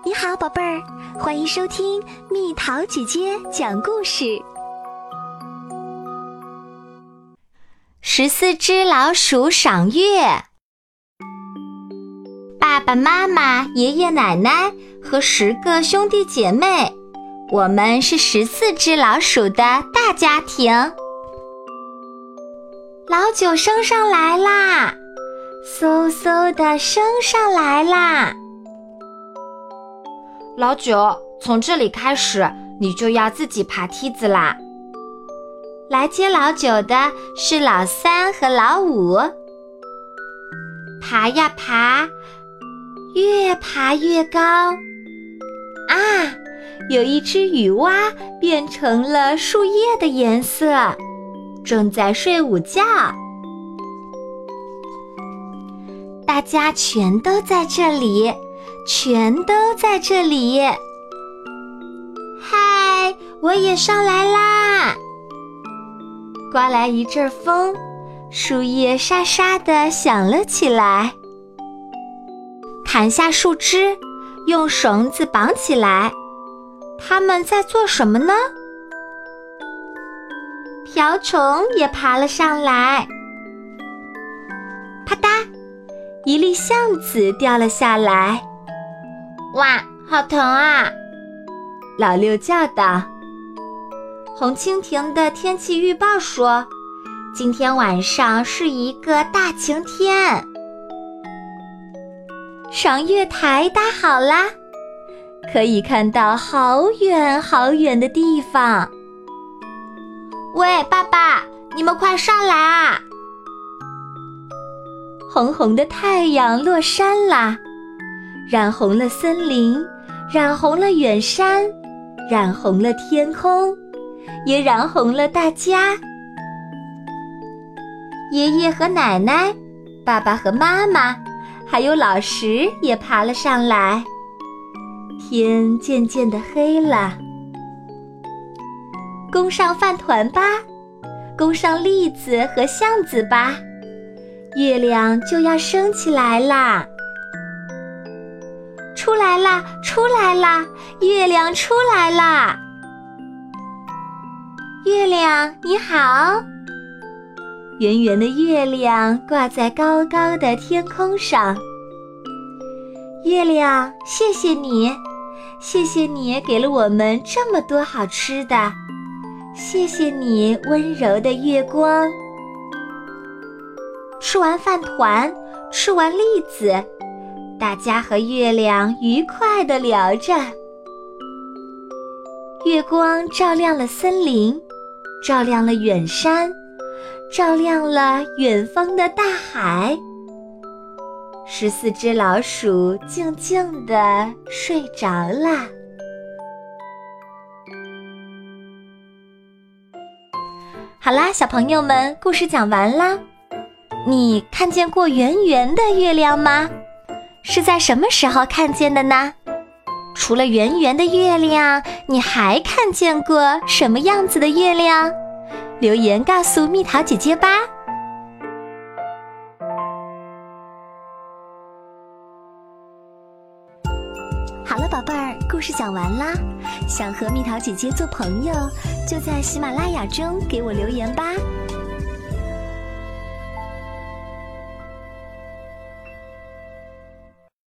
你好，宝贝儿，欢迎收听蜜桃姐姐讲故事。14只老鼠赏月。爸爸妈妈、爷爷奶奶和10个兄弟姐妹，我们是14只老鼠的大家庭。老九升上来啦，嗖嗖地升上来啦。 老九，从这里开始，你就要自己爬梯子啦。 来接老九的是老3和老5。爬呀爬，越爬越高。啊，有一只雨蛙变成了树叶的颜色，正在睡午觉。大家全都在这里，全都在这里。嗨，我也上来啦！刮来一阵风，树叶沙沙地响了起来。砍下树枝，用绳子绑起来。他们在做什么呢？瓢虫也爬了上来。啪嗒，一粒橡子掉了下来。哇，好疼啊！老6叫道。红蜻蜓的天气预报说，今天晚上是一个大晴天。赏月台搭好啦，可以看到好远好远的地方。喂，爸爸，你们快上来啊！红红的太阳落山啦，染红了森林，染红了远山，染红了天空，也染红了大家。爷爷和奶奶，爸爸和妈妈，还有老10也爬了上来。天渐渐地黑了。供上饭团吧，供上栗子和橡子吧，月亮就要升起来啦！出来啦，出来啦，月亮出来啦！月亮你好。圆圆的月亮挂在高高的天空上。月亮，谢谢你，谢谢你给了我们这么多好吃的，谢谢你温柔的月光。吃完饭团，吃完栗子，大家和月亮愉快地聊着。月光照亮了森林，照亮了远山，照亮了远方的大海。14只老鼠静静地睡着了。好啦，小朋友们，故事讲完啦。你看见过圆圆的月亮吗？是在什么时候看见的呢？除了圆圆的月亮，你还看见过什么样子的月亮？留言告诉蜜桃姐姐吧。好了，宝贝儿，故事讲完啦。想和蜜桃姐姐做朋友，就在喜马拉雅中给我留言吧。